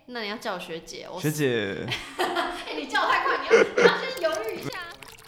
那你要叫我学姐， 学姐。 你叫我太快，你要先犹豫一下。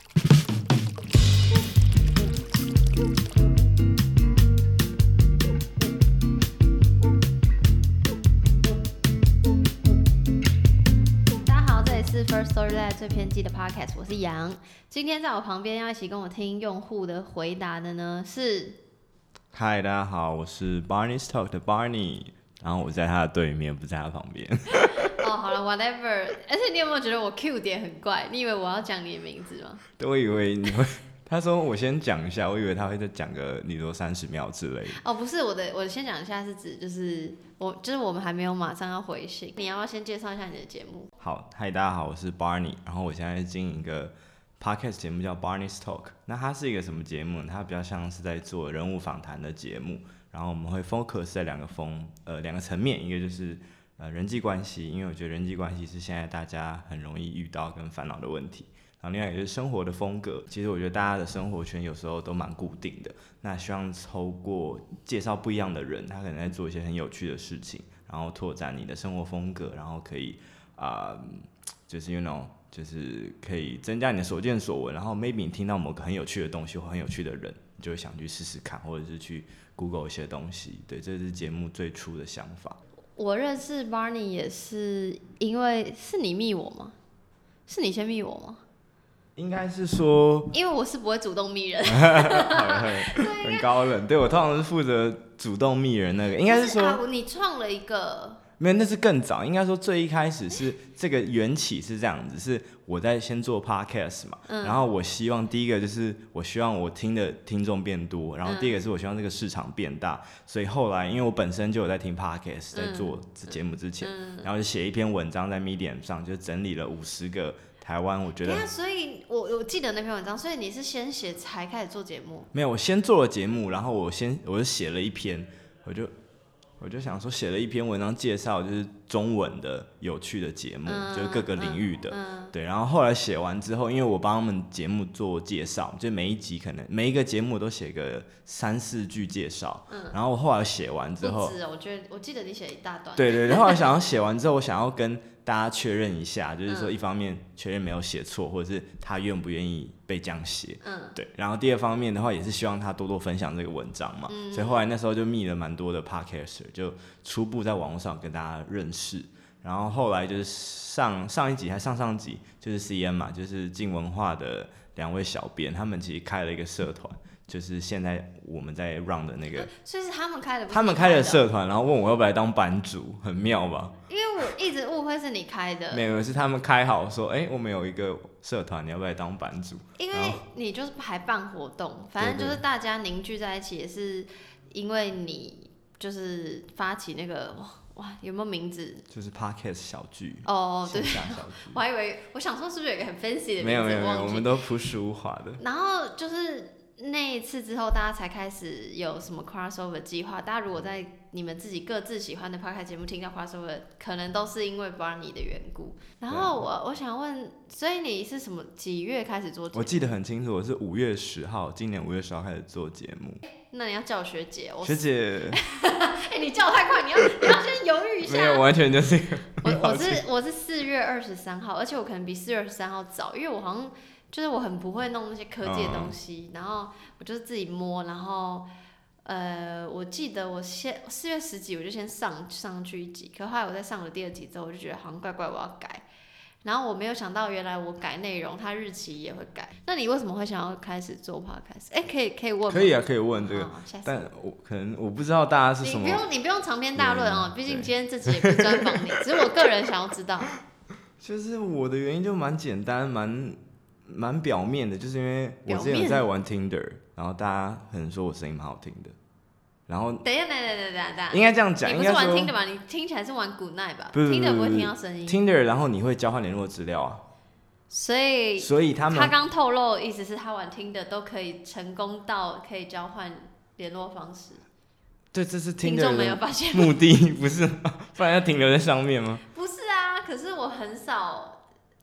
大家好，这里是 First Story Lab 最偏激的 Podcast， 我是杨。今天在我旁边要一起跟我听用户的回答的呢是， 嗨，大家好，我是 Barney's Talk 的 Barney， 然后我在他的对面，不在他旁边。 哦，好了 ，whatever。而且你有没有觉得我 Q 点很怪？你以为我要讲你的名字吗？ 对，我以为你会，他说我先讲一下，我以为他会再讲个你说30秒之类的。 哦，不是，我先讲一下是指就是我们还没有马上要回信，你要不要先介绍一下你的节目？ 好，嗨，大家好，我是 Barney， 然后我现在经营一个 podcast 节目叫 Barney's Talk。那它是一个什么节目呢？它比较像是在做人物访谈的节目，然后我们会 focus 在两个层面，一个就是人际关系，因为我觉得人际关系是现在大家很容易遇到跟烦恼的问题。然后另外一个就是生活的风格，其实我觉得大家的生活圈有时候都蛮固定的，那希望透过介绍不一样的人，他可能在做一些很有趣的事情，然后拓展你的生活风格，然后可以就是就是可以增加你的所见所闻，然后 maybe 你听到某个很有趣的东西或很有趣的人，你就会想去试试看，或者是去 Google 一些东西。对，这是节目最初的想法。 我认识 Barney 也是因为是你密我吗？是你先密我吗？ 应该是说， 因为我是不会主动密人， 很高冷。对，我通常是负责主动密人那个，应该是说你创了一个。 没有，那是更早。应该说最一开始是这个缘起是这样子，是我在先做 podcast 嘛，然后我希望第一个就是我希望我听的听众变多，然后第二个是我希望这个市场变大，所以后来因为我本身就有在听 podcast， 在做节目之前，然后就写一篇文章在 Medium 上，就整理了50个台湾我觉得。 所以我记得那篇文章，所以你是先写才开始做节目？ 没有，我先做了节目，然后我就写了一篇，我就想说写了一篇文章介绍就是中文的有趣的节目，就是各个领域的，对。然后后来写完之后，因为我帮他们节目做介绍，就每一集可能每一个节目都写个3-4句介绍，然后我后来写完之后， 不止，我记得你写一大段。 对对对，后来想要写完之后，我想要跟大家确认一下，就是说一方面确认没有写错，或者是他愿不愿意被这样写，对。然后第二方面的话，也是希望他多多分享这个文章嘛，所以后来那时候就密了蛮多的 podcaster， 就初步在网络上跟大家认识。然后后来就是上一集还上集，就是 CM 嘛，就是静文化的2位小编，他们其实开了一个社团。就是现在我们在 run 的那个， 所以是他们开的， 他们开的社团，然后问我要不要来当版主，很妙吧？ 因为我一直误会是你开的， 没有，是他们开好说，我们有一个社团，你要不要来当版主？ 因为你就是还办活动，反正就是大家凝聚在一起，也是因为你就是发起那个哇，有没有名字？ 就是 podcast 小聚哦，对， 线下小聚。 我还以为我想说是不是有一个很 fancy 的名字？ 没有，我们都朴实无华的。 然后就是那一次之后，大家才开始有什么 crossover 计划。大家如果在你们自己各自喜欢的 podcast 节目听到 crossover， 可能都是因为 Barney 的缘故。然后我想问，所以你是什么几月开始做节目？ 我记得很清楚，我是5月10号，今年5月10号开始做节目。 那你要叫我学姐， 学姐。 你叫我太快，你要先犹豫一下。 没有，完全就是我是4月23号，而且我可能比4月23号早，因为我好像就是我很不会弄那些科技的东西，然后我就是自己摸，然后我记得我4月10几我就先上去1集，可后来我在上了第2集之后，我就觉得好像怪怪，我要改。然后我没有想到，原来我改内容，它日期也会改。那你为什么会想要开始做 podcast？ 可以问吗？ 可以啊，可以问这个。但我不知道大家是什么。 你不用长篇大论哦，毕竟今天这集也不是专访你，只是我个人想要知道。 就是我的原因就蛮简单，蛮表面的，就是因为我之前有在玩 Tinder， 然后大家可能说我声音蛮好听的。然后等一下， 应该这样讲， 你不是玩 Tinder 吧？你听起来是玩 Good Night 吧？Tinder 不会听到声音。 Tinder， 然后你会交换联络资料啊。所以他刚透露的意思是他玩 Tinder 都可以成功到可以交换联络方式。 对，这是 Tinder 没有发现目的，不是吗？不然要停留在上面吗？ 不是啊，可是我很少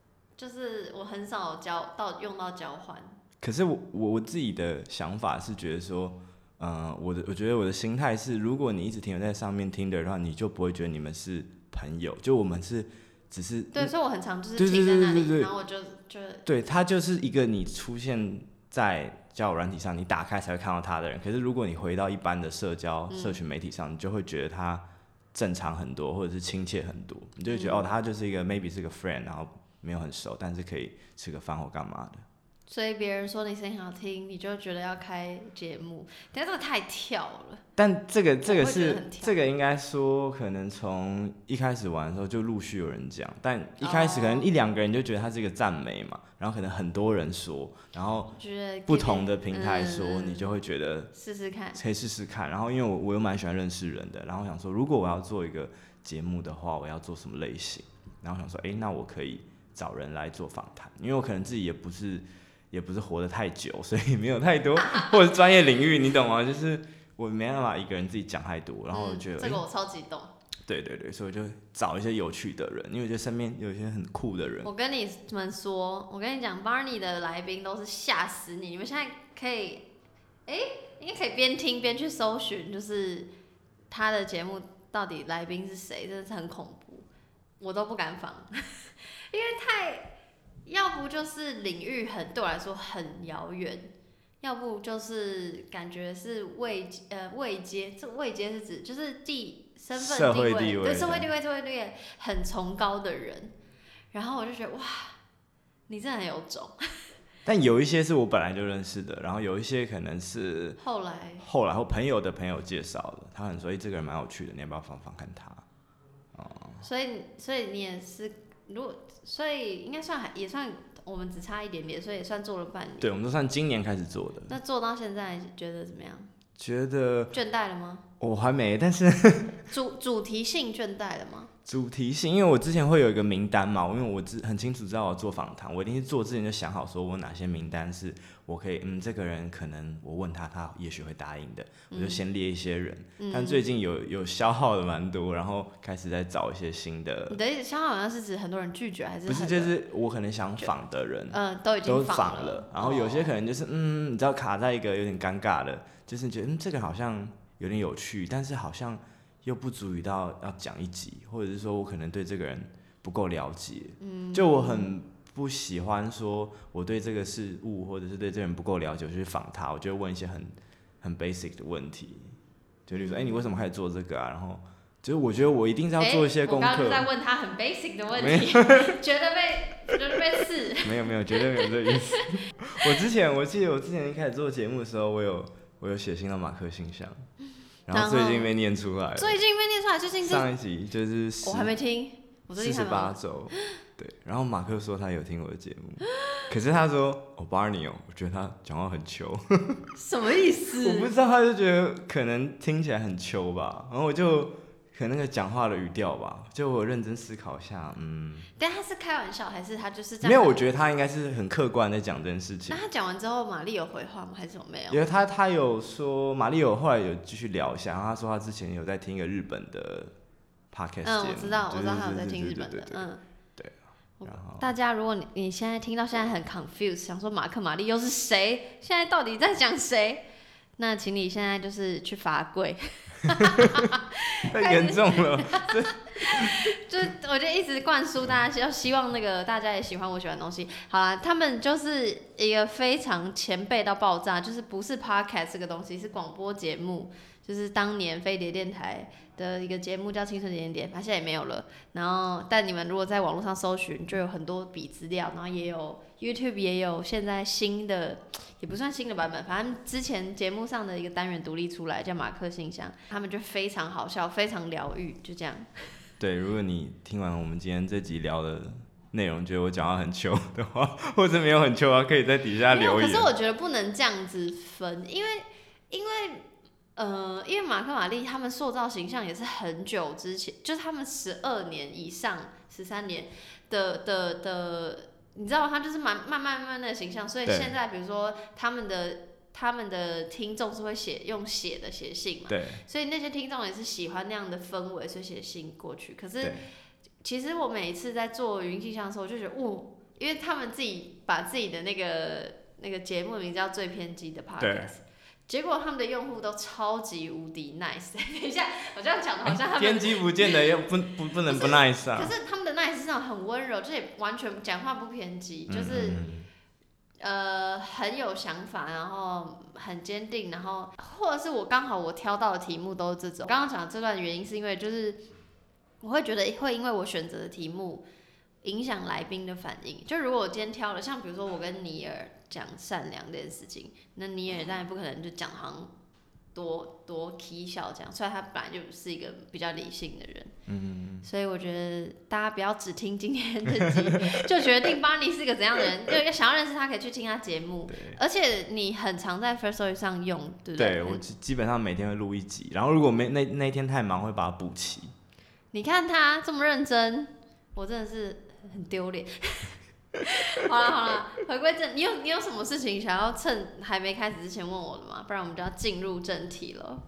用到交换。 可是我自己的想法是觉得说。我觉得我的心态是，如果你一直停留在上面Tinder的话，你就不会觉得你们是朋友，就我们只是对，所以我很常就是停在那里，然后我就对，他就是一个你出现在交友软体上，你打开才会看到他的人。可是如果你回到一般的社交社群媒体上，你就会觉得他正常很多，或者是亲切很多，你就会觉得、他就是一个 maybe 是个 friend， 然后没有很熟，但是可以吃个饭或干嘛的。 所以别人说你声音好听，你就觉得要开节目，但这个太跳了。 但这个应该说，可能从一开始玩的时候就陆续有人讲，但一开始可能1-2个人就觉得它是一个赞美嘛，然后可能很多人说，然后不同的平台说，你就会觉得试试看， 可以试试看。然后因为我又蛮喜欢认识人的，然后想说，如果我要做一个节目的话，我要做什么类型？然后想说，那我可以找人来做访谈，因为我可能自己也不是活得太久，所以没有太多或者是专业领域，你懂吗？就是我没办法一个人自己讲太多，然后我觉得、 这个我超级懂。 对，所以我就找一些有趣的人，因为我觉得身边有一些很酷的人。 我跟你们说，我跟你讲 ，Barney 的来宾都是吓死你。你们现在可以，应该可以边听边去搜寻，就是他的节目到底来宾是谁，真的是很恐怖，我都不敢访，因为要不就是领域对我来说很遥远，要不就是感觉是位阶，这位阶是指就是身份社会地位， 对社会地位很崇高的人，然后我就觉得哇，你真的很有种。 但有一些是我本来就认识的，然后有一些可能是后来或朋友的朋友介绍的，他很说这个人蛮有趣的，你要不要访看他？ 所以你也是，所以应该也算，我们只差一点点，所以也算做了半年。 对，我们都算今年开始做的。 那做到现在觉得怎么样？ 觉得倦怠了吗？ 我还没，但是主题性倦怠了吗？ 主题性，因为我之前会有一个名单嘛，因为我很清楚知道我要做访谈，我一定是做之前就想好说我哪些名单是我可以，这个人可能我问他也许会答应的，我就先列一些人。但最近有消耗的蛮多，然后开始在找一些新的。 你的消耗好像是指很多人拒绝还是？ 不是，就是我可能想访的人， 都已经访了，然后有些可能就是你知道卡在一个有点尴尬的，就是觉得这个好像有点有趣，但是好像又不足以到要讲一集，或者是说我可能对这个人不够了解，就我很不喜欢说我对这个事物或者是对这个人不够了解，我就去访他，我就会问一些很 basic 的问题，就例如说，你为什么开始做这个啊？然后就是我觉得我一定是要做一些功课。 我刚刚在问他很 basic 的问题，觉得被刺。 没有，绝对没有这个意思。我记得我之前一开始做节目的时候，我有写信到马克信箱。然后最近被念出来了。 最近上一集就是我还没听，我最近 48周，对。然后马克说他有听我的节目，可是他说Barney 我觉得他讲话很秋。 什么意思？ 我不知道，他就觉得可能听起来很秋吧。然后我就可能那个讲话的语调吧，就我认真思考一下， 但他是开玩笑还是他就是这样？ 没有，我觉得他应该是很客观在讲这件事情。 那他讲完之后，玛丽有回话吗？还是没有？ 因为他有说，玛丽有后来有继续聊一下，然后他说他之前有在听一个日本的 podcast 节目。 我知道他有在听日本的， 对。 大家如果你现在听到现在很 confused， 想说马克玛丽又是谁？现在到底在讲谁？那请你现在就是去罚跪。 太严重了。 就是我就一直灌输大家，希望那个大家也喜欢我喜欢的东西。好啦，他们就是一个非常前辈到爆炸，就是不是 podcast 这个东西，是广播节目，就是当年飞碟电台的一个节目叫青春点点点，它现在也没有了。然后，但你们如果在网络上搜寻，就有很多笔资料，然后也有 YouTube 也有现在新的，也不算新的版本，反正之前节目上的一个单元独立出来，叫马克信箱，他们就非常好笑，非常疗愈，就这样。 对，如果你听完我们今天这集聊的内容，觉得我讲话很糗的话，或者没有很糗的话，可以在底下留言。 可是我觉得不能这样子分，因为马克玛丽他们塑造形象也是很久之前，就是他们12年以上、13年的，你知道他就是慢慢的形象，所以现在比如说他们的听众是会用写信嘛， 对， 所以那些听众也是喜欢那样的氛围，所以写信过去。可是其实我每一次在做语音信箱的时候，我就觉得，因为他们自己把自己的那个节目名叫最偏激的 podcast， 结果他们的用户都超级无敌 nice。等一下，我这样讲的好像他们偏激不见得不能不 nice 啊。 可是他们的 nice 是那种很温柔，就也完全讲话不偏激，就是很有想法，然后很坚定，然后或者是我刚好我挑到的题目都是这种。刚刚讲的这段原因是因为就是我会觉得会因为我选择的题目影响来宾的反应。就如果我今天挑了，像比如说我跟尼尔讲善良这件事情，那尼尔当然不可能就讲好像多 k 笑这样，虽然他本来就是一个比较理性的人，所以我觉得大家不要只听今天这集就决定巴尼是个怎样的人，就想要认识他可以去听他节目，而且你很常在 Firstory 上用，对不对？ 对，我基本上每天会录一集，然后如果那一天太忙会把它补齐。 你看他这么认真，我真的是很丢脸。好了，回归正，你有什么事情想要趁还没开始之前问我的吗？不然我们就要进入正题了。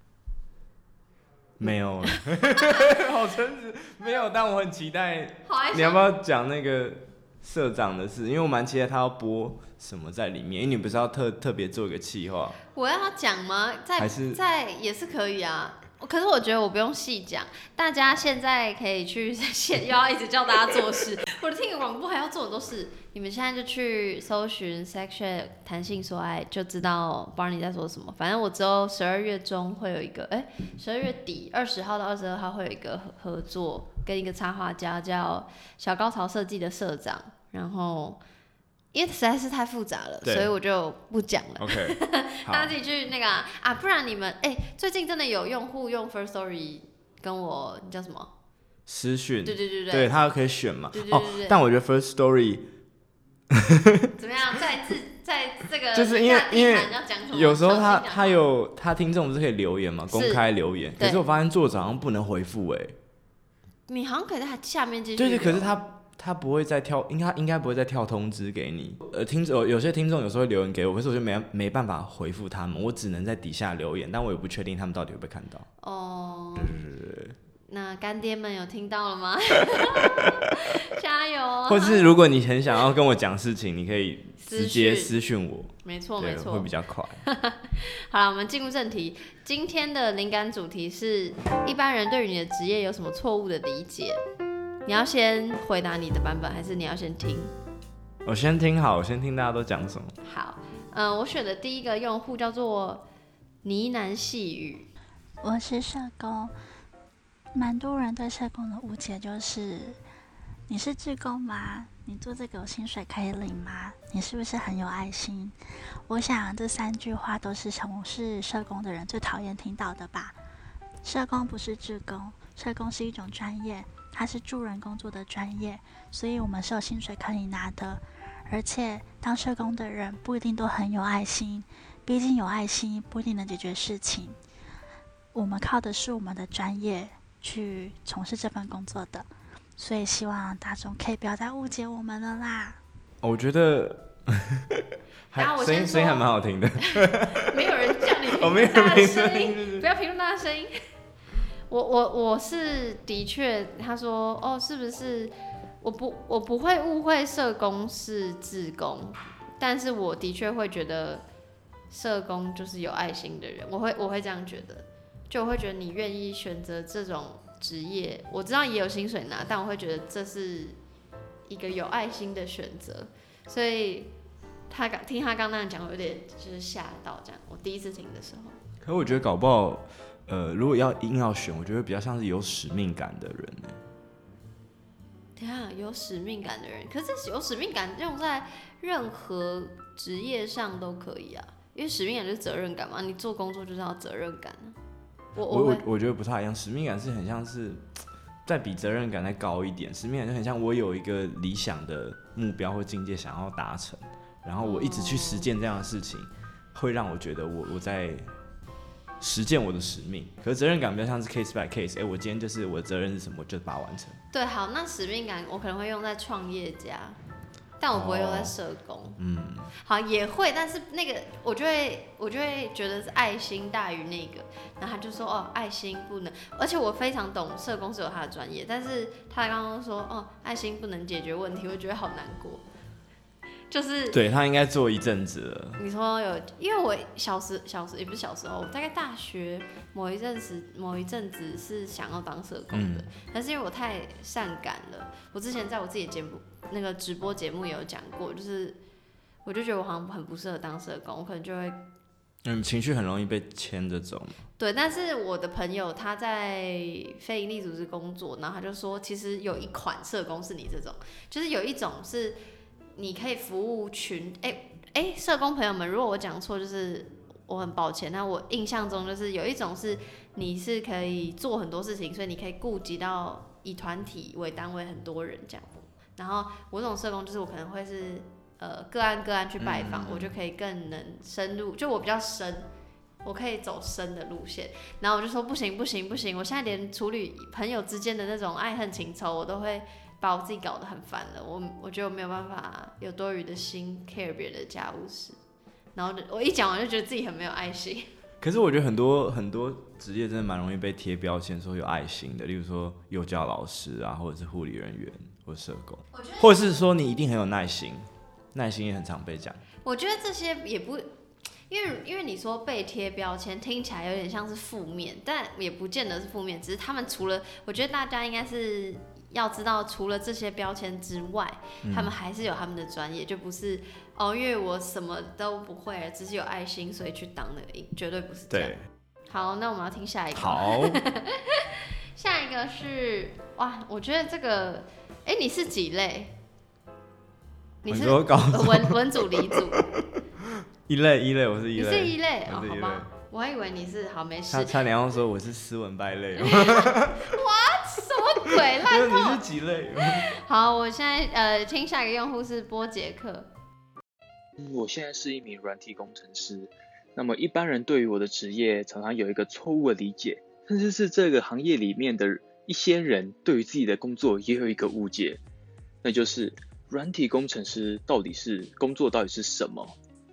没有了，好诚实，没有。但我很期待，你要不要讲那个社长的事？因为我蛮期待他要播什么在里面，因为你不是要特别做一个企划？ 我要讲吗？在也是可以啊。可是我觉得我不用细讲，大家现在可以去又要一直叫大家做事，我的听个广播还要做很多事。你们现在就去搜寻 Section 弹性说爱，就知道 Barney 在说什么。反正我之后12月中会有一个，12月底20号到22号会有一个合作，跟一个插画家叫小高潮设计的社长，然后。因为实在是太复杂了，所以我就不讲了。 OK， 大家自己去那个啊，不然你们最近真的有用户用 Firstory 跟我叫什么私讯？ 对， 他可以选嘛。 对， 但我觉得 Firstory 怎么样，在这个就是因为有时候他听众不是可以留言嘛，公开留言，可是我发现作者好像不能回复你好像可以在下面继续对，可是他不会再跳，应该不会再跳通知给你。有些听众有时候会留言给我，可是我就没办法回复他们，我只能在底下留言，但我也不确定他们到底会不会看到。对。 那干爹们有听到了吗？加油啊！ 或是如果你很想要跟我讲事情，你可以直接私讯我。 没错， 会比较快。 好了，我们进入正题。今天的灵感主题是一般人对于你的职业有什么错误的理解？你要先回答你的版本，还是你要先听？ 我先听好，我先听大家都讲什么。 好，我选的第一个用户叫做呢喃细语。 我是社工，蛮多人对社工的误解就是：你是志工吗？你做这个有薪水可以领吗？你是不是很有爱心？我想这3句话都是从事社工的人最讨厌听到的吧。社工不是志工，社工是一种专业。它是助人工作的专业，所以我们是有薪水可以拿的。而且当社工的人不一定都很有爱心，毕竟有爱心不一定能解决事情。我们靠的是我们的专业去从事这份工作的，所以希望大众可以不要再误解我们了啦。 我觉得声音还蛮好听的。 没有人叫你评论他的声音，不要评论他的声音。我是的确，他说是不是我不会误会社工是志工，但是我的确会觉得社工就是有爱心的人，我会这样觉得，就我会觉得你愿意选择这种职业，我知道也有薪水拿，但我会觉得这是一个有爱心的选择，所以听他刚那样讲，我有点就是吓到这样，我第一次听的时候。 可我觉得搞不好。如果硬要选，我觉得比较像是有使命感的人。 等一下，有使命感的人，可是有使命感用在任何职业上都可以啊，因为使命感就是责任感嘛，你做工作就是要责任感啊。 我觉得不太一样，使命感是很像是再比责任感再高一点，使命感就很像我有一个理想的目标或境界想要达成，然后我一直去实践这样的事情，会让我觉得我在。实践我的使命，可是责任感比较像是 case by case， 我今天就是我的责任是什么，我就把它完成。对， 好，那使命感我可能会用在创业家，但我不会用在社工。好，也会，但是那个我就会觉得是爱心大于那个，然后他就说爱心不能，而且我非常懂社工是有他的专业，但是他刚刚说爱心不能解决问题，我觉得好难过。 就是对他应该做一阵子了。 你说有，因为我小时也不是小时候，大概大学某一阵子是想要当社工的，但是因为我太善感了，我之前在我自己的节目那个直播节目也有讲过，就是我就觉得我好像很不适合当社工，我可能就会情绪很容易被牵着走。 对，但是我的朋友他在非营利组织工作，然后他就说，其实有一款社工是你这种，就是有一种是你可以服务群，社工朋友们，如果我讲错，就是我很抱歉。那我印象中就是有一种是你是可以做很多事情，所以你可以顾及到以团体为单位很多人这样。然后我这种社工就是我可能会是个案去拜访，我就可以更能深入，就我比较深。我可以走深的路线，然后我就说不行，我现在连处理朋友之间的那种爱恨情仇，我都会把我自己搞得很烦了。我觉得我没有办法有多余的心 care 别人的家务事，然后我一讲完就觉得自己很没有爱心。 可是我觉得很多职业真的蛮容易被贴标签说有爱心的，例如说幼教老师啊，或者是护理人员或社工，或者是说你一定很有耐心，耐心也很常被讲。 我觉得这些也不。因为你说被贴标签听起来有点像是负面，但也不见得是负面，只是他们除了，我觉得大家应该是要知道，除了这些标签之外，他们还是有他们的专业，就不是因为我什么都不会，只是有爱心所以去当的，绝对不是这样。好，那我们要听下一个。 好， 下一个是我觉得这个，你是几类？你是文组理组？ 一类，我是一类。 你是一类好吧？我还以为你是好没事。 差点要说我是斯文败类。 哇，什么鬼烂透？ 你是几类？ 好，我现在听下一个用户是波杰克。 我现在是一名软体工程师。那么一般人对于我的职业常常有一个错误的理解，甚至是这个行业里面的一些人对于自己的工作也有一个误解，就是软体工程师工作到底是什么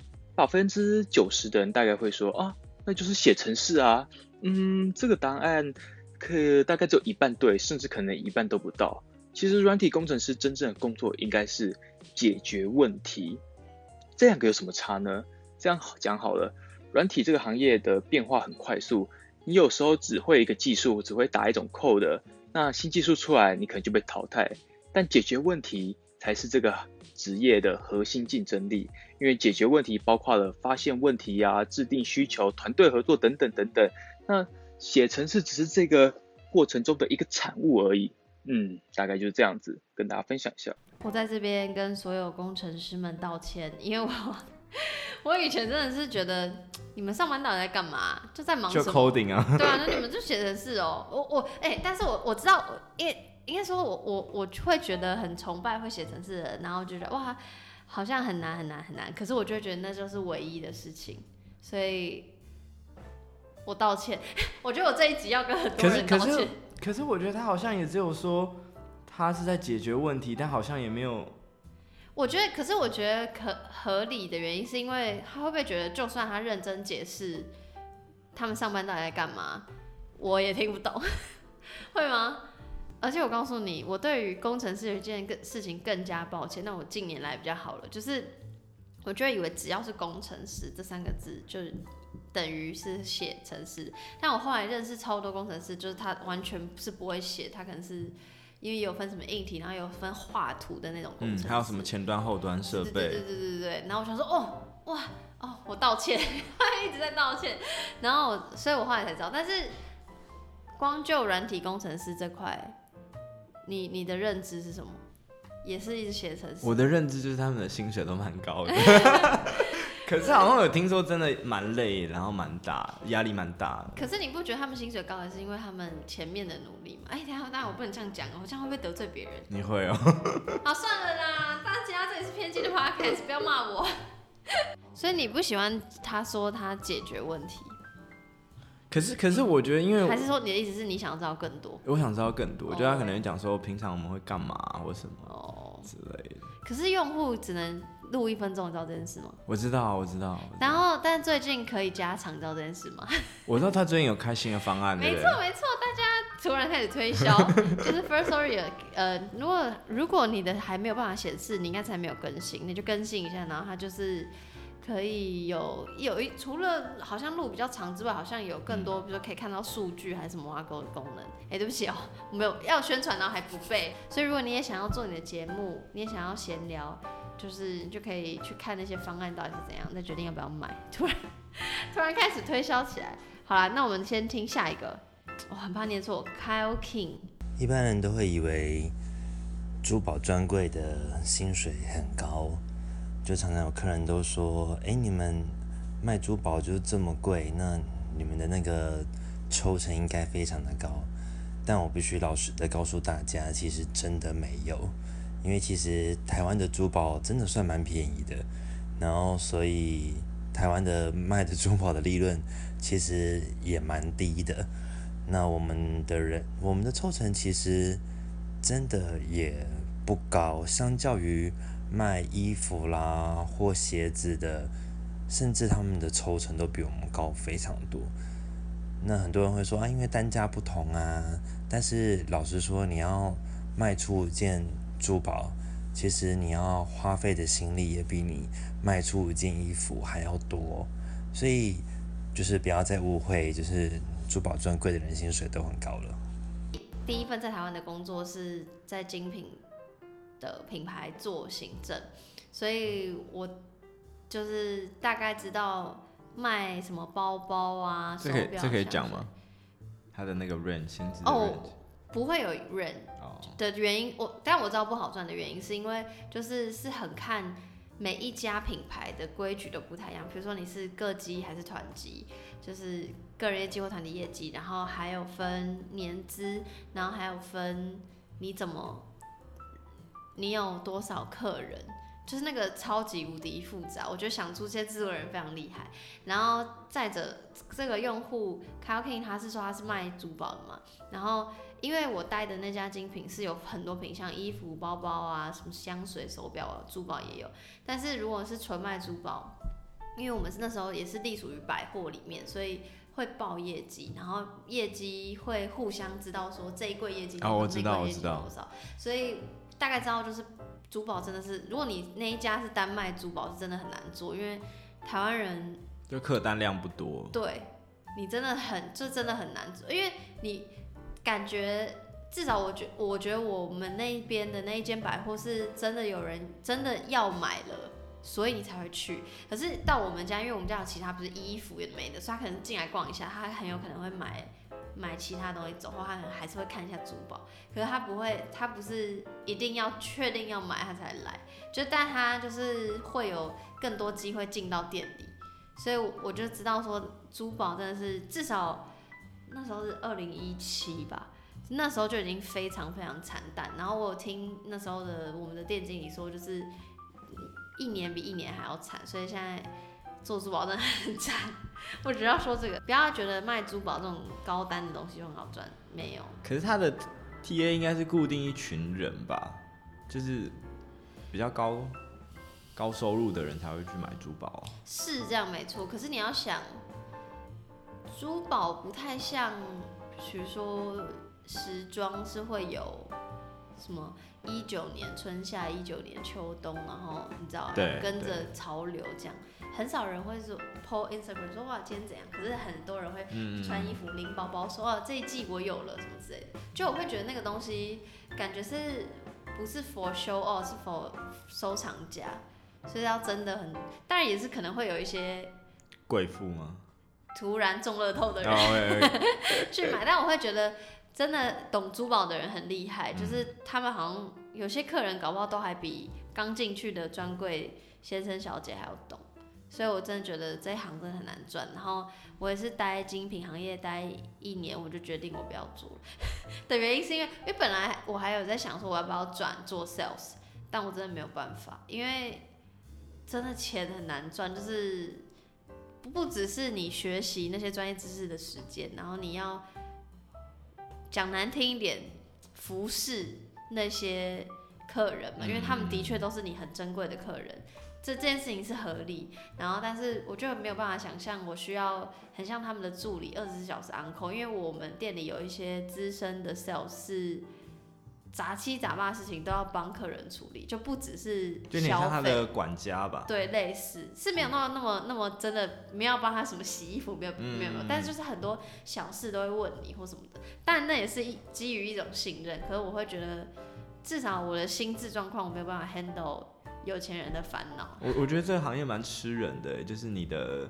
？90%的人大概会说那就是写程式啊。这个答案大概只有一半对，甚至可能一半都不到。其实软体工程师真正的工作应该是解决问题。这两个有什么差呢？这样讲好了，软体这个行业的变化很快速，你有时候只会一个技术，只会打一种 code， 那新技术出来你可能就被淘汰。但解决问题才是这个职业的核心竞争力，因为解决问题包括了发现问题啊、制定需求、团队合作等等等等。那写程式只是这个过程中的一个产物而已。大概就是这样子，跟大家分享一下。 我在这边跟所有工程师们道歉，因为我以前真的是觉得你们上班到底在干嘛？就在忙什么？ 就 coding 啊。 对啊，那你们就写程式哦。但是我知道，应该说我会觉得很崇拜会写程式的人，然后就觉得哇，好像很难。可是我就会觉得那就是唯一的事情，所以我道歉。我觉得我这一集要跟很多人道歉。 可是我觉得他好像也只有说他是在解决问题，但好像也没有。可是我觉得合理的原因是因为他会不会觉得，就算他认真解释他们上班到底在干嘛，我也听不懂，会吗？而且我告诉你，我对于工程师有一件事情更加抱歉，但我近年来比较好了，就是我就会以为只要是工程师这3个字就等于是写程式，但我后来认识超多工程师，就是他完全是不会写，他可能是因为有分什么硬体，然后有分画图的那种工程师， 还有什么前端后端设备， 对，然后我想说我道歉，一直在道歉，然后所以我后来才知道，但是光就软体工程师这块，你的认知是什么？也是一直写程式。 我的认知就是他们的薪水都蛮高的，可是好像有听说真的蛮累，然后蛮大，压力蛮大的。 可是你不觉得他们薪水高，还是因为他们前面的努力吗？当然我不能这样讲哦，这样会不会得罪别人？ 你会哦。 好，算了啦，大家这里是偏激的 podcast， 不要骂我。所以你不喜欢他说他解决问题？ 可是我觉得，因为还是说你的意思是你想要知道更多？ 我想知道更多，就他可能讲说平常我们会干嘛或什么之类的。 可是用户只能录1分钟，你知道这件事吗？ 我知道。然后，但最近可以加长，你知道这件事吗？ 我知道他最近有开新的方案。 没错，大家突然开始推销，就是 Firstory 如果你的还没有办法显示，你应该才没有更新，你就更新一下，然后它就是可以除了好像路比较长之外，好像有更多，比如说可以看到数据还是什么挖沟的功能。对不起我没有要宣传，然后还不背。所以如果你也想要做你的节目，你也想要闲聊，你就可以去看那些方案到底是怎样，再决定要不要买。突然开始推销起来。好啦，那我们先听下一个。我很怕念错 ，Kyle King。 一般人都会以为珠宝专柜的薪水很高，就常常有客人都说：“你们卖珠宝就这么贵，那你们的那个抽成应该非常的高。”但我必须老实的告诉大家，其实真的没有，因为其实台湾的珠宝真的算蛮便宜的，然后所以台湾的卖的珠宝的利润其实也蛮低的。那我们的抽成其实真的也不高，相较于卖衣服啦或鞋子的，甚至他们的抽成都比我们高非常多。那很多人会说因为单价不同啊，但是老实说，你要卖出一件珠宝，其实你要花费的心力也比你卖出一件衣服还要多，所以就是不要再误会，就是珠宝专柜的人薪水都很高了。 第一份在台湾的工作是在精品的品牌做行政，所以我就是大概知道卖什么包包啊、手表。 这可以讲吗？他的那个 range 薪资的 range 不会有 range 的原因，但我知道不好赚的原因是因为是很看每一家品牌的规矩都不太一样。比如说你是个机还是团机，就是个人业绩或团体业绩，然后还有分年资，然后还有分你有多少客人，就是那个超级无敌复杂。我觉得想出这些制作人非常厉害。然后再者，这个用户 Kyle King 他是说他是卖珠宝的嘛，然后因为我待的那家精品是有很多品，像衣服、包包啊，什么香水、手表啊，珠宝也有。但是如果是纯卖珠宝，因为我们那时候也是隶属于百货里面，所以会报业绩，然后业绩会互相知道说这一柜业绩我知道， 多少，所以大概知道就是珠宝真的是，如果你那一家是单卖珠宝，是真的很难做，因为台湾人就客单量不多。 对，你真的很难做，因为你感觉至少我觉得我们那边的那一间百货是真的有人真的要买了，所以你才会去。可是到我们家，因为我们家有其他不是衣服也没的，所以他可能进来逛一下，他很有可能会买其他东西走，或他可能还是会看一下珠宝。可是他不是一定要确定要买他才来，但他就是会有更多机会进到店里，所以我就知道说珠宝真的是至少那时候是2017吧。那时候就已经非常非常惨淡，然后我有听那时候我们的店经理说，就是一年比一年还要惨，所以现在做珠宝真的很惨。我只要说这个，不要觉得卖珠宝这种高单的东西就很好赚，没有。 可是他的 TA 应该是固定一群人吧，就是比较高收入的人才会去买珠宝啊。 是这样没错，可是你要想，珠宝不太像，比如说时装是会有什么19年春夏、19年秋冬，然后你知道跟着潮流这样，很少人会说 po Instagram 说哇今天怎样，可是很多人会穿衣服拎包包说哦这一季我有了什么之类的，就我会觉得那个东西感觉是不是 for show off， 是 for 收藏家，所以要真的很，当然也是可能会有一些贵妇吗？ 突然中乐透的人去买，但我会觉得真的懂珠宝的人很厉害，就是他们好像有些客人搞不好都还比刚进去的专柜先生小姐还要懂，所以我真的觉得这一行真的很难赚。然后我也是待精品行业待1年，我就决定我不要做的原因是因为本来我还有在想说我要不要转做 sales， 但我真的没有办法，因为真的钱很难赚，就是不只是你学习那些专业知识的时间，然后你要讲难听一点，服侍那些客人嘛，因为他们的确都是你很珍贵的客人， 这件事情是合理，然后但是我就没有办法想象我需要很像他们的助理24小时 on call， 因为我们店里有一些资深的 sales 是杂七杂八的事情都要帮客人处理，就不只是消费， 就有点像他的管家吧。 对，类似是没有那么真的没有帮他什么洗衣服，没有，但是就是很多小事都会问你或什么的，但那也是基于一种信任。可是我会觉得，至少我的心智状况我没有办法 handle 有钱人的烦恼。 我觉得这个行业蛮吃人的，就是你的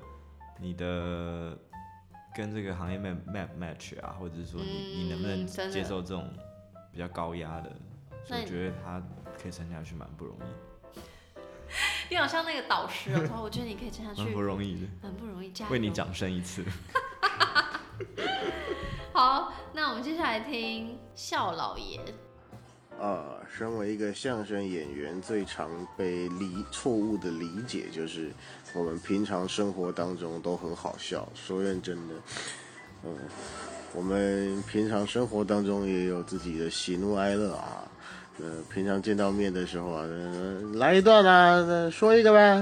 跟这个行业 match 啊，或者是说你能不能接受这种比较高压的，所以我觉得他可以撑下去蛮不容易。 你好像那个导师哦，我觉得你可以撑下去， 蛮不容易的， 很不容易，加油！ 为你掌声一次。 好，那我们接下来听笑老爷。 身为一个相声演员，最常被错误的理解就是我们平常生活当中都很好笑。说认真的，我们平常生活当中也有自己的喜怒哀乐啊。平常见到面的时候啊，来一段啊，说一个呗，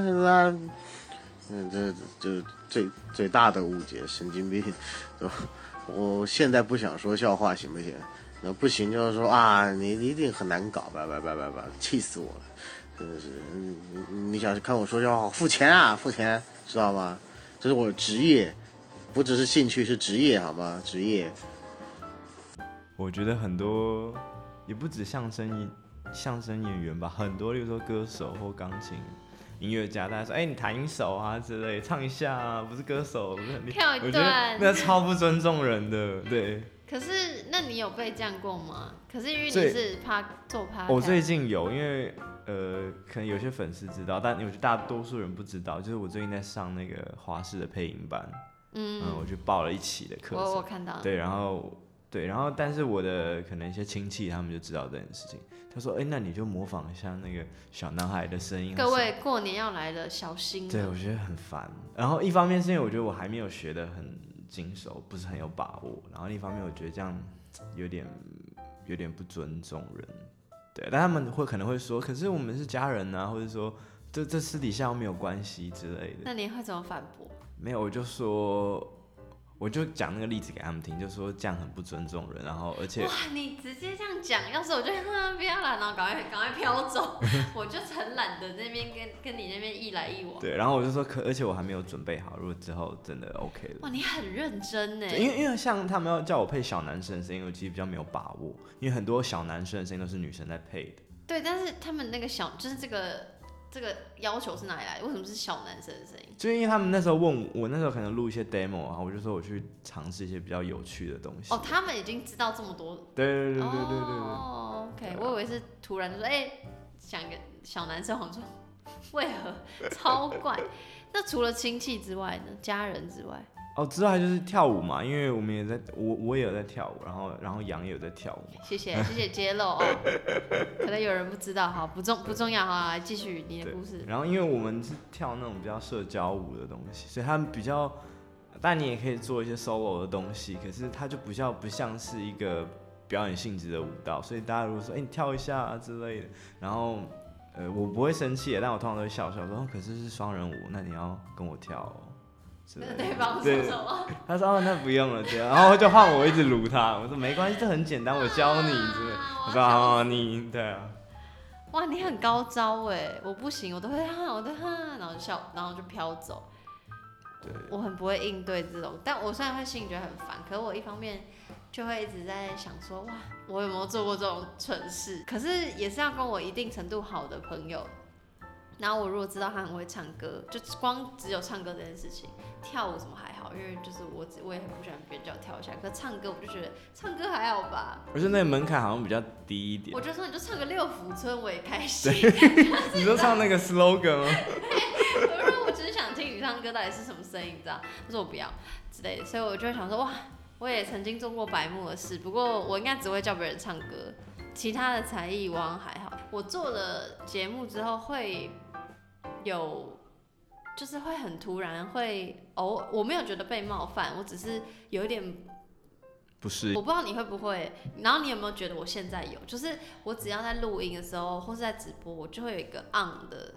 这最大的误解，神经病。我现在不想说笑话，行不行？那不行就是说啊，你一定很难搞，气死我了，真的是。你想看我说笑话，付钱啊，付钱，知道吗？这是我的职业，不只是兴趣，是职业，好吗？职业。 我觉得很多也不止相声演员吧，很多，例如说歌手或钢琴音乐家，大家说，你弹一首啊之类，唱一下啊，不是歌手， 跳一段， 我觉得那超不尊重人的，对。 可是，那你有被这样过吗？可是因为你是做趴， 我最近有，因为可能有些粉丝知道，但我觉得大多数人不知道，就是我最近在上那个华视的配音班，我就报了一期的课程， 我看到， 对，然后但是我的可能一些亲戚他们就知道这件事情，他说，那你就模仿一下那个小男孩的声音。 各位过年要来了，小心。 对，我觉得很烦。然后一方面是因为我觉得我还没有学得很精熟，不是很有把握，然后另一方面我觉得这样有点不尊重人，对，但他们可能会说，可是我们是家人啊，或者说这私底下又没有关系之类的。 那你会怎么反驳？ 没有，我就讲那个例子给他们听，就说这样很不尊重人，然后而且哇，你直接这样讲，要是我就不要了，然后赶快飘走，我就很懒得那边跟你那边一来一往。 对，然后我就说而且我还没有准备好，如果之后真的 OK 了。 哇，你很认真呢。 因为像他们要叫我配小男生的声音，我其实比较没有把握，因为很多小男生的声音都是女生在配的。 对，但是他们那个就是这个要求是哪里来的？为什么是小男生的声音？ 就因为他们那时候问我，那时候可能录一些 demo 啊，我就说我去尝试一些比较有趣的东西。 哦，他们已经知道这么多。 对。 哦 ，OK， 我以为是突然就说，想一个小男生，我说为何超怪？那除了亲戚之外呢？家人之外？ 之外就是跳舞嘛，因为我们也在，我也有在跳舞，然后杨也有在跳舞嘛。 谢谢揭露哦，可能有人不知道，好不重要哈，来继续你的故事。 然后因为我们是跳那种比较社交舞的东西，所以他们比较，但你也可以做一些 solo 的东西，可是它就比较不像是一个表演性质的舞蹈，所以大家如果说你跳一下啊之类的，然后我不会生气，但我通常都会笑说，可是双人舞，那你要跟我跳哦。 那对方说什么？ 他说那不用了这样，然后就换我一直撸他。我说没关系，这很简单，我教你。我说你对啊。 哇，你很高招哎，我不行，我都会然后就笑，然后就飘走。 对， 我很不会应对这种，但我虽然会心里觉得很烦，可是我一方面就会一直在想说，哇，我有没有做过这种蠢事？可是也是要跟我一定程度好的朋友。然后我如果知道他很会唱歌，就光只有唱歌这件事情，跳舞什么还好，因为就是我也很不喜欢别人叫我跳一下。可是唱歌我就觉得唱歌还好吧。 我觉得那个门槛好像比较低一点。 我就说你就唱个六福村我也开心。 你说唱那个 slogan 吗？ 我说我只是想听你唱歌到底是什么声音，你知道？他说我不要之类的，所以我就会想说哇，我也曾经做过白目的事，不过我应该只会叫别人唱歌，其他的才艺我好像还好。我做了节目之后会。就是会很突然，我没有觉得被冒犯，我只是有一点不是， 我不知道你会不会，然后你有没有觉得我现在有，就是我只要在录音的时候或是在直播，我就会有一个 on 的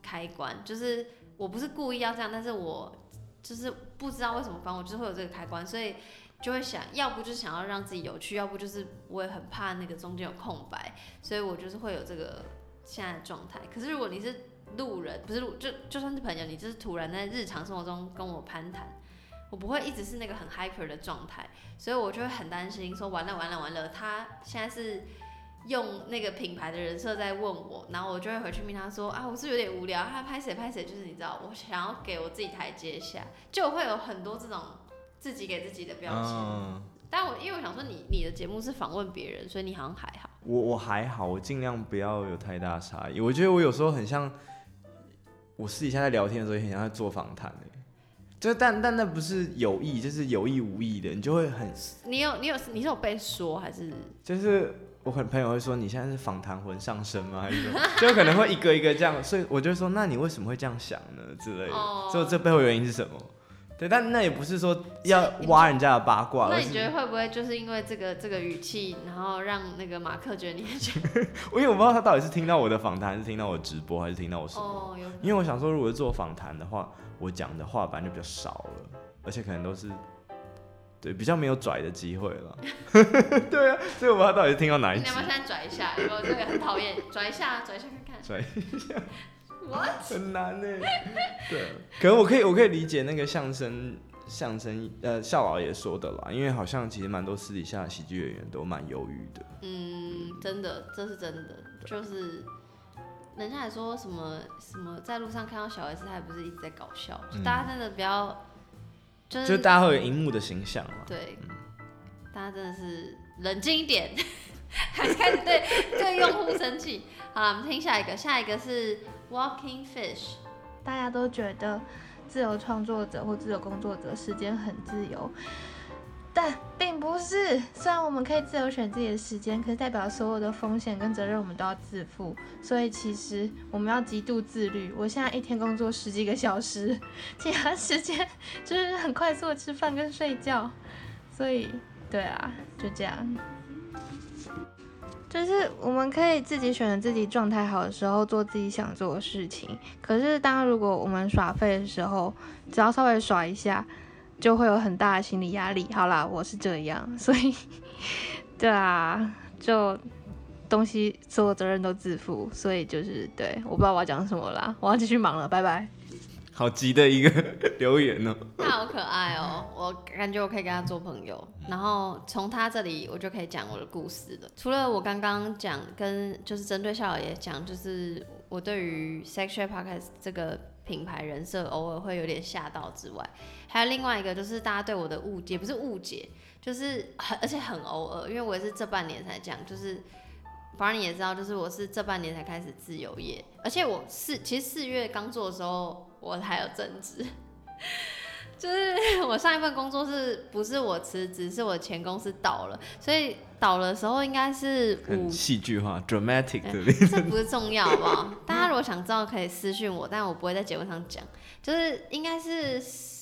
开关，就是我不是故意要这样，但是我就是不知道为什么，反正我就是会有这个开关，所以就会想要不就是想要让自己有趣，要不就是我也很怕那个中间有空白，所以我就是会有这个现在的状态。可是如果你是路人，不是就算是朋友，你就是突然在日常生活中跟我攀谈，我不会一直是那个很 hyper 的状态，所以我就会很担心说完了，他现在是用那个品牌的人设在问我，然后我就会回去命他说啊，我是有点无聊，他拍谁，就是你知道，我想要给我自己台阶下，就会有很多这种自己给自己的标签。但因为我想说你的节目是访问别人，所以你好像还好。 我还好，我尽量不要有太大差异。我觉得我有时候很像，我私底下在聊天的时候也很像在做访谈就但那不是有意，就是有意无意的，你就会很。 你是有被说还是？ 就是我朋友会说你现在是访谈魂上身吗？还是就可能会一个一个这样，所以我就说那你为什么会这样想呢之类的？所以这背后原因是什么？对，但那也不是说要挖人家的八卦。 那你觉得会不会就是因为这个语气，然后让那个马克觉得你很因为我不知道他到底是听到我的访谈，还是听到我直播，还是听到我什么？因为我想说，如果是做访谈的话，我讲的话本来就比较少了，而且可能都是对比较没有拽的机会了。对啊，所以我不知道他到底是听到哪一集。 你要不要现在拽一下？有没有这个很讨厌？拽一下看看。 拽一下。 What？ 很难呢。对，可能我可以理解那个相声笑老爷说的啦，因为好像其实蛮多私底下的喜剧演员都蛮忧郁的。 真的，这是真的，就是人家还说什么在路上看到小 S， 他也不是一直在搞笑，就大家真的不要，就是大家会有荧幕的形象嘛。 对，大家真的是冷静一点，还开始对用户生气。好了，我们听下一个是 Walking Fish。 大家都觉得自由创作者或自由工作者时间很自由，但并不是。虽然我们可以自由选自己的时间，可是代表所有的风险跟责任我们都要自负。所以其实我们要极度自律。我现在一天工作10几个小时，其他时间就是很快速的吃饭跟睡觉。所以对啊，就这样。就是我们可以自己选择自己状态好的时候做自己想做的事情，可是如果我们耍废的时候，只要稍微耍一下，就会有很大的心理压力。好啦，我是这样，所以对啊，就东西所有责任都自负，所以就是对，我不知道我要讲什么啦，我要继续忙了，拜拜。 好急的一个留言哦， 他好可爱哦，我感觉我可以跟他做朋友，然后从他这里我就可以讲我的故事了。除了我刚刚讲跟就是针对笑老爷讲，就是我对于 Sexual Podcast 这个品牌人设偶尔会有点吓到之外，还有另外一个就是大家对我的误解，不是误解，就是而且很偶尔，因为我也是这半年才讲，就是Barney 也知道，就是我是这半年才开始自由业，而且其实4月刚做的时候，我还有正职，就是我上一份工作不是我辞职，是我前公司倒了，所以倒的时候应该是很戏剧化 dramatic 的， 这不是重要好不好？大家如果想知道可以私讯我，但我不会在节目上讲，就是应该是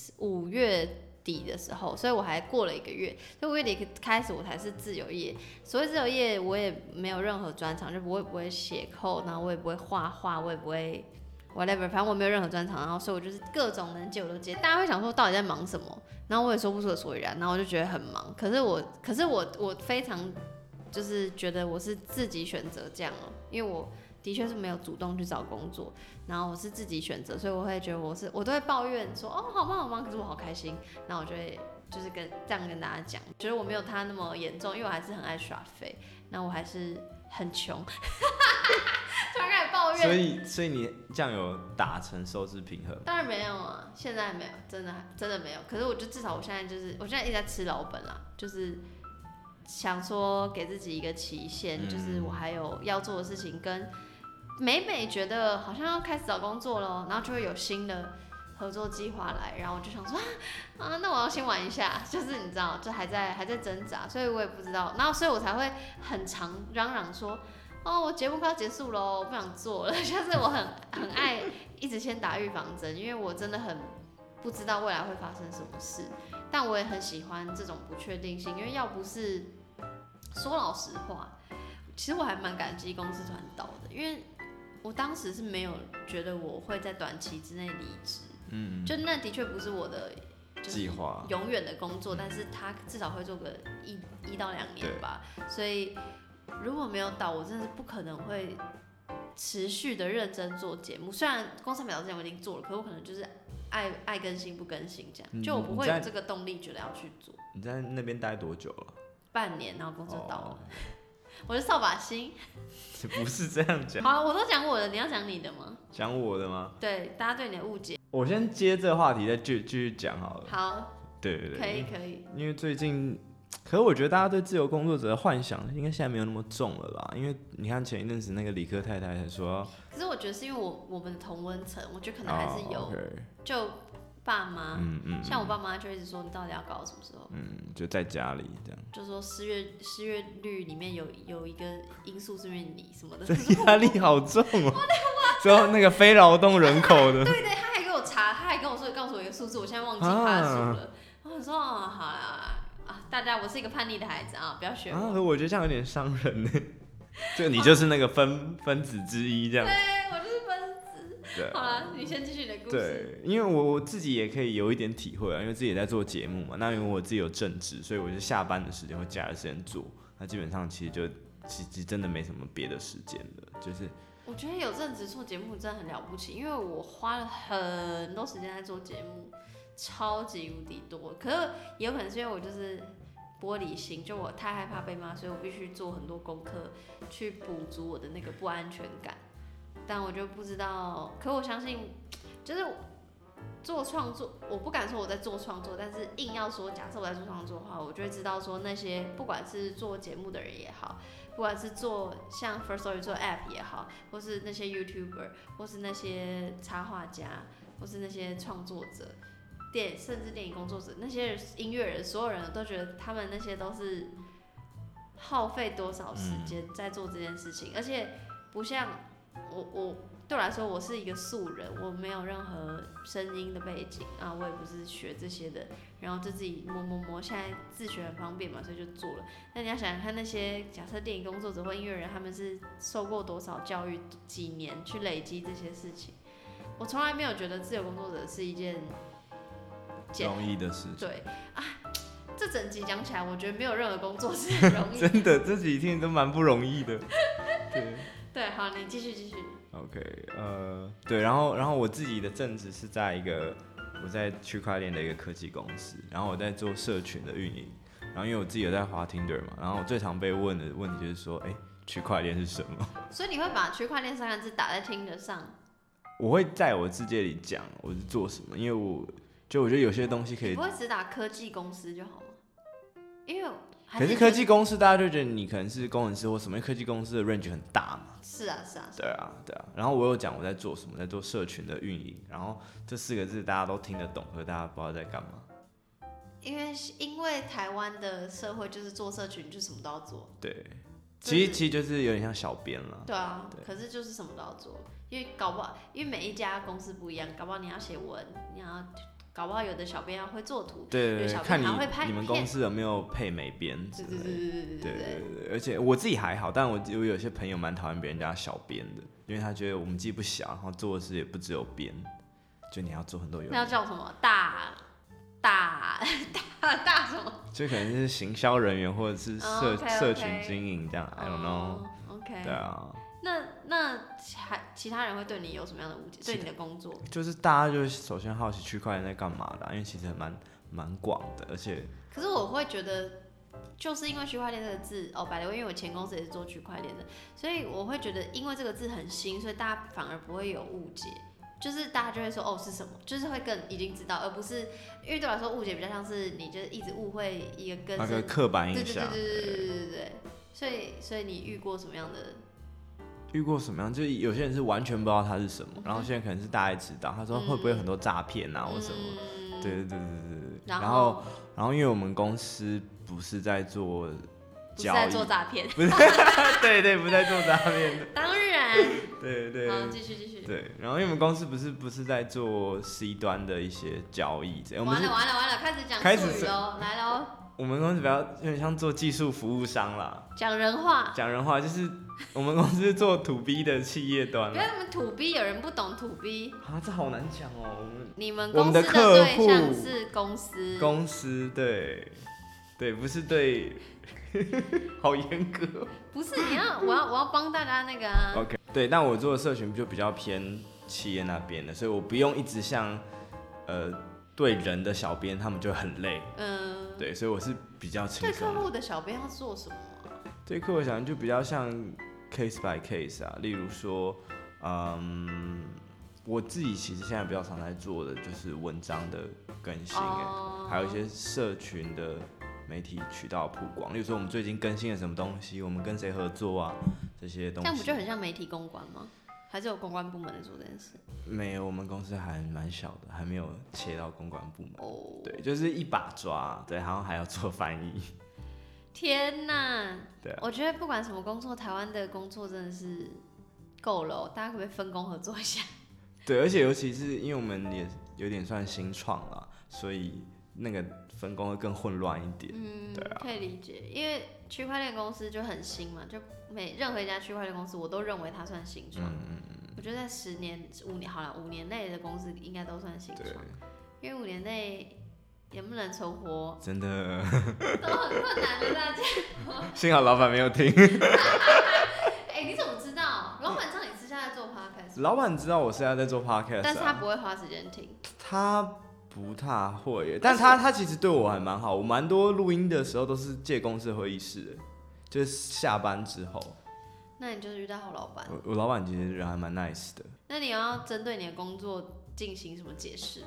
5月底的时候，所以我还过了1个月，所以5月底开始我才是自由业。所谓自由业，我也没有任何专长，就我也不会写code，然后我也不会画画，我也不会 whatever， 反正我没有任何专长，然后所以我就是各种能接我都接。大家会想说到底在忙什么，然后我也说不出个所以然，然后我就觉得很忙。可是我非常就是觉得我是自己选择这样哦，因为我的确是没有主动去找工作，然后我是自己选择，所以我会觉得我都会抱怨说哦好忙好忙，可是我好开心，然后我就会就是这样跟大家讲，觉得我没有他那么严重，因为我还是很爱耍废，然后我还是很穷，突然开始抱怨。 所以你这样有达成收支平衡？ 当然没有啊，现在没有，真的没有。可是我就至少我现在一直在吃老本啦，就是想说给自己一个期限，就是我还有要做的事情跟。每觉得好像要开始找工作了，然后就会有新的合作计划来，然后我就想说那我要先玩一下，就是你知道，就还在挣扎，所以我也不知道，然后所以我才会很常嚷嚷说，我节目快要结束了，我不想做了，就是我很爱一直先打预防针，因为我真的很不知道未来会发生什么事，但我也很喜欢这种不确定性，因为要不是说老实话，其实我还蛮感激公司团倒的，因为我当时是没有觉得我会在短期之内离职，就那的确不是我的计划永远的工作，但是他至少会做个1到2年吧。所以如果没有倒，我真的是不可能会持续的认真做节目。虽然工商表之前我已经做了，可我可能就是爱更新不更新这样，就我不会有这个动力觉得要去做。 你在那边待多久了？ 半年，然后工作到了。我是扫把星。 不是这样讲。 好，我都讲我的，你要讲你的吗？ 讲我的吗？ 对，大家对你的误解。 我先接这个话题，再继续讲好了。 好。 对， 可以。 因为最近，可是我觉得大家对自由工作者的幻想，应该现在没有那么重了啦。因为你看前一阵子那个理科太太才说， 可是我觉得是因为我们的同温层，我觉得可能还是有，就爸妈，像我爸妈就一直说你到底要搞到什么时候？ 就在家里这样。 就说失业率里面有一个因素是因为你什么的， 这压力好重哦。之后那个非劳动人口的， 对，他还给我查，他还跟我说告诉我一个数字，我现在忘记他的数了。然后我说好啦大家，我是一个叛逆的孩子啊，不要学我。 我觉得这样有点伤人呢。就你就是那个分子之一这样。 对，我就是分子。 对， 好了，你先继续你的故事。 对，因为我自己也可以有一点体会啊，因为自己也在做节目嘛。那因为我自己有正职，所以我就下班的时间或假的时间做。那基本上其实真的没什么别的时间了，就是。 我觉得有正职做节目真的很了不起，因为我花了很多时间在做节目，超级无敌多。可是也有可能是因为我就是玻璃心，就我太害怕被骂，所以我必须做很多功课去补足我的那个不安全感。但我就不知道，可我相信，就是做创作，我不敢说我在做创作，但是硬要说，假设我在做创作的话，我就会知道说那些不管是做节目的人也好，不管是做像 Firstory 做 App 也好，或是那些 YouTuber， 或是那些插画家，或是那些创作者，甚至电影工作者，那些音乐人，所有人都觉得他们那些都是耗费多少时间在做这件事情，而且不像我对我来说，我是一个素人，我没有任何声音的背景啊，我也不是学这些的，然后就自己摸，现在自学很方便嘛，所以就做了。那你要想想看，那些假设电影工作者或音乐人，他们是受过多少教育，几年去累积这些事情。我从来没有觉得自由工作者是一件容易的事情。 对啊，这整集讲起来，我觉得没有任何工作是很容易的。 真的，这几天都蛮不容易的。 对，好，你继续。 OK， 对，然后我自己的正职是我在区块链的一个科技公司，然后我在做社群的运营，然后因为我自己有在滑 Tinder 嘛，然后我最常被问的问题就是说，区块链是什么？ 所以你会把区块链3个字打在 Tinder 上？ 我会在我世界里讲我是做什么，因为我觉得有些东西可以。 你不会只打科技公司就好吗？因为可是科技公司大家就觉得你可能是工程师或什么，因为科技公司的 range 很大嘛。 是啊。 对啊。然后我有讲我在做什么，在做社群的运营，然后这4个字大家都听得懂，可是大家不知道在干嘛。 因为台湾的社会就是做社群就什么都要做。 对，其实就是有点像小编了。 对啊，可是就是什么都要做，因为每一家公司不一样，搞不好你要写文，搞不好有的小编要会做图， 对，看你们公司有没有配美编之类的。对，而且我自己还好，但我有些朋友蛮讨厌别人家小编的，因为他觉得我们既不小，然后做的事也不只有编，就你要做很多有。 那要叫什么大什么？ 就可能是行销人员或者是社群经营这样 ，I don't know。OK。对啊。 那其他人会对你有什么样的误解？对你的工作， 就是大家就首先好奇区块链在干嘛的因为其实蛮广的，而且。 可是我会觉得，就是因为区块链这个字，by the way，因为我前公司也是做区块链的，所以我会觉得，因为这个字很新，所以大家反而不会有误解。就是大家就会说是什么，就是会更已经知道，而不是因为对我来说误解比较像是你就是一直误会一个根深， 那个刻板印象。 对。所以你遇过什么样？ 就是有些人是完全不知道它是什么，然后现在可能是大家知道，他说会不会有很多诈骗啊或什么？对。然后因为我们公司不是在做交易， 不是在做诈骗， 不是，对，不在做诈骗的。 当然。对。好，继续。 对，然后因为我们公司不是在做 C 端的一些交易， 完了，开始讲术语哦，来喽。 我们公司比较有点像做技术服务商啦， 讲人话， 讲人话就是我们公司是做to B 的企业端啦。 不要你们土 B， 有人不懂土 B。 啊，这好难讲哦。 你们我公司的们的客对户象是公司， 公司对，不是对，好严格。 不是我要帮大家那个啊。 OK， 对，但我做的社群就比较偏企业那边的，所以我不用一直像对人的小编，他们就很累。对，所以我是比较轻对松的。 客户的小编要做什么啊？ 对客户小编就比较像 case by case 啊，例如说，我自己其实现在比较常在做的就是文章的更新，还有一些社群的媒体渠道曝光，例如说我们最近更新了什么东西，我们跟谁合作啊，这些东西。 这样不就很像媒体公关吗？还是有公关部门在做这件事？ 没有，我们公司还蛮小的，还没有切到公关部门。对，就是一把抓，对，然后还要做翻译。 天哪！ 对啊， 我觉得不管什么工作，台湾的工作真的是够了大家可不可以分工合作一下？ 对，而且尤其是因为我们也有点算新创啦，所以那个分工会更混乱一点。对啊， 可以理解，因为区块链公司就很新嘛，就任何一家区块链公司，我都认为它算新创。我觉得在10年、5年好了，5年内的公司应该都算新创，因为5年内能不能存活， 真的都很困难的，大家。 幸好老板没有听。 你怎么知道？老板知道你私下在做 podcast？ 老板知道我现在在做 podcast， 但是他不会花时间听。 他不太会耶，但他其实对我还蛮好，我蛮多录音的时候都是借公司会议室的，就是下班之后。 那你就是遇到好老板。 我老板其实人还蛮 nice 的。 那你要针对你的工作进行什么解释吗？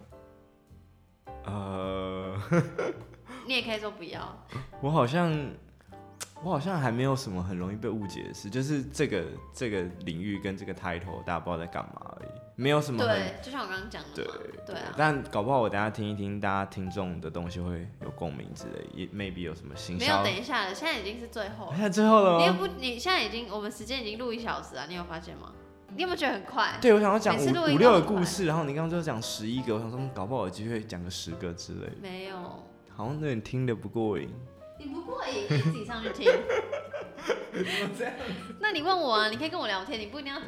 你也可以说不要。 我好像还没有什么很容易被误解的事，就是这个领域跟这个 title 大家不知道在干嘛而已，没有什么对，就像我刚刚讲的嘛。对啊。 但搞不好我等一下听一听，大家听众的东西会有共鸣之类，也 maybe 有什么行销。 没有，等一下了，现在已经是最后了。 现在最后了吗？ 你现在我们时间已经录1小时啊，你有发现吗？你有没有觉得很快？ 对，我想要讲5、6个故事，然后你刚刚就讲11个，我想说搞不好有机会讲个10个之类的。 没有， 好像有点听得不过瘾。 你不过瘾，你自己上去听。那你问我啊，你可以跟我聊天，你不一定要。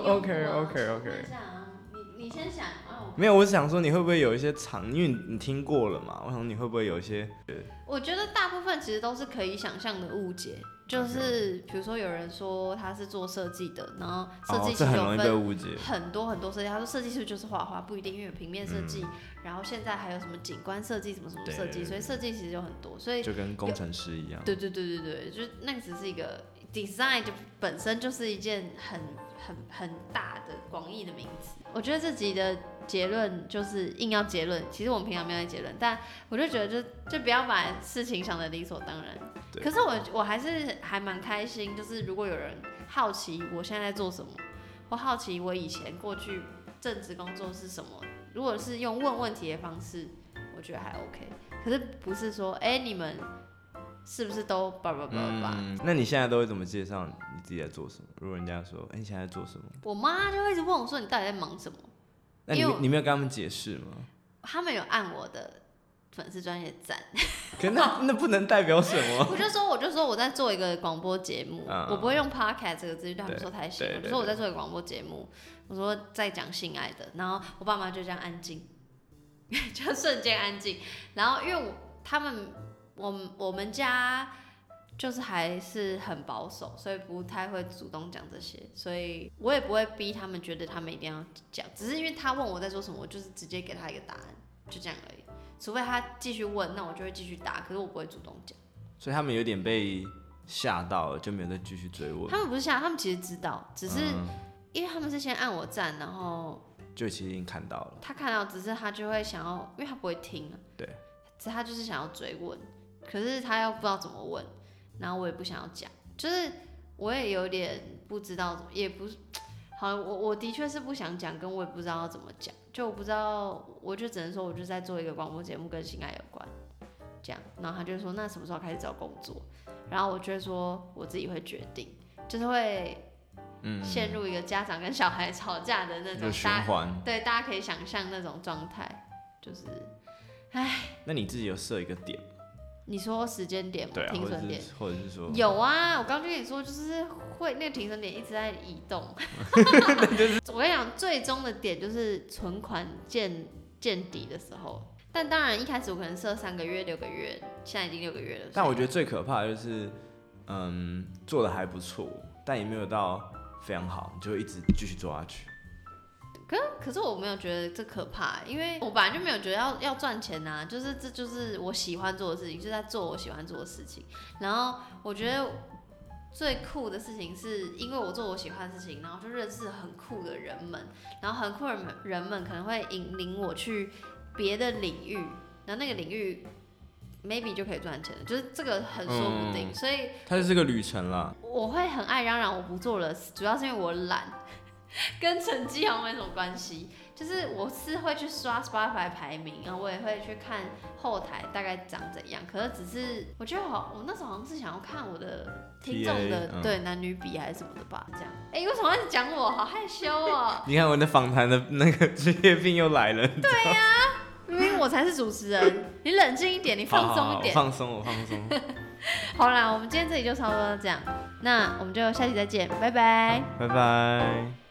OK。 你先想。 没有，我是想说你会不会有一些因为你听过了嘛，我想你会不会有一些。 我觉得大部分其实都是可以想象的误解，就是比如说有人说他是做设计的，然后设计其实有分很多很多设计，他说设计是不是就是画画，不一定，因为有平面设计，然后现在还有什么景观设计，什么设计，所以设计其实有很多，所以就跟工程师一样。 对，就是那个只是一个 design， 就本身就是一件很大的广义的名词。我觉得这集的结论就是硬要结论，其实我们平常没有在结论，但我就觉得就不要把事情想得理所当然。可是我还蛮开心，就是如果有人好奇我现在在做什么，或好奇我以前过去正职工作是什么，如果是用问问题的方式，我觉得还 OK。可是不是说你们是不是都叭？ 那你现在都会怎么介绍你自己在做什么？如果人家说你现在在做什么， 我妈就会一直问我说你到底在忙什么？ 那你没有跟他们解释吗？ 他们有按我的粉丝专页赞， 可那不能代表什么。 我就说我在做一个广播节目，我不会用 podcast 这个字，对他们说太新。我就说我在做一个广播节目，我说在讲性爱的，然后我爸妈就这样安静，就瞬间安静。然后因为我们家就是还是很保守，所以不太会主动讲这些，所以我也不会逼他们觉得他们一定要讲，只是因为他问我在说什么，我就是直接给他一个答案，就这样而已。除非他继续问，那我就会继续答，可是我不会主动讲。 所以他们有点被吓到了，就没有再继续追问。 他们不是吓，他们其实知道，只是因为他们是先按我赞，然后就其实已经看到了。 他看到，只是他就会想要，因为他不会听啊。 对。 只是他就是想要追问，可是他又不知道怎么问，然后我也不想要讲，就是我也有点不知道，也不是。好，我的确是不想讲，跟我也不知道要怎么讲，就我不知道，我就只能说我就在做一个广播节目，跟性爱有关，这样。然后他就说那什么时候开始找工作？然后我就会说我自己会决定，就是会陷入一个家长跟小孩吵架的那种循环。 对，大家可以想象那种状态，就是，唉。 那你自己有设一个点吗？ 你说时间点吗？ 对啊， 停损点或者是说有啊，我刚就跟你说，就是会那个停损点一直在移动。我跟你讲，最终的点就是存款见底的时候。但当然一开始我可能设3个月、6个月，现在已经6个月了。 但我觉得最可怕的就是，做的还不错，但也没有到非常好，你就会一直继续做下去。 可是我没有觉得这可怕，因为我本来就没有觉得要赚钱啊，就是这就是我喜欢做的事情，就是在做我喜欢做的事情。然后我觉得最酷的事情是因为我做我喜欢的事情，然后就认识很酷的人们，然后很酷的人们可能会引领我去别的领域，然后那个领域 maybe 就可以赚钱了，就是这个很说不定。所以它就是个旅程啦。 我会很爱嚷嚷我不做了，主要是因为我懒。跟成绩好像没什么关系，就是我是会去刷 Spotify 排名，然后我也会去看后台大概长怎样。可是只是我觉得我那时候好像是想要看我的听众的对男女比还是什么的吧，这样。为什么一直讲我？好害羞哦！ 你看我的访谈的那个职业病又来了。 对呀，明明我才是主持人，你冷静一点，你放松一点。 我放松。 好啦，我们今天这里就差不多这样，那我们就下期再见，拜拜。 拜拜。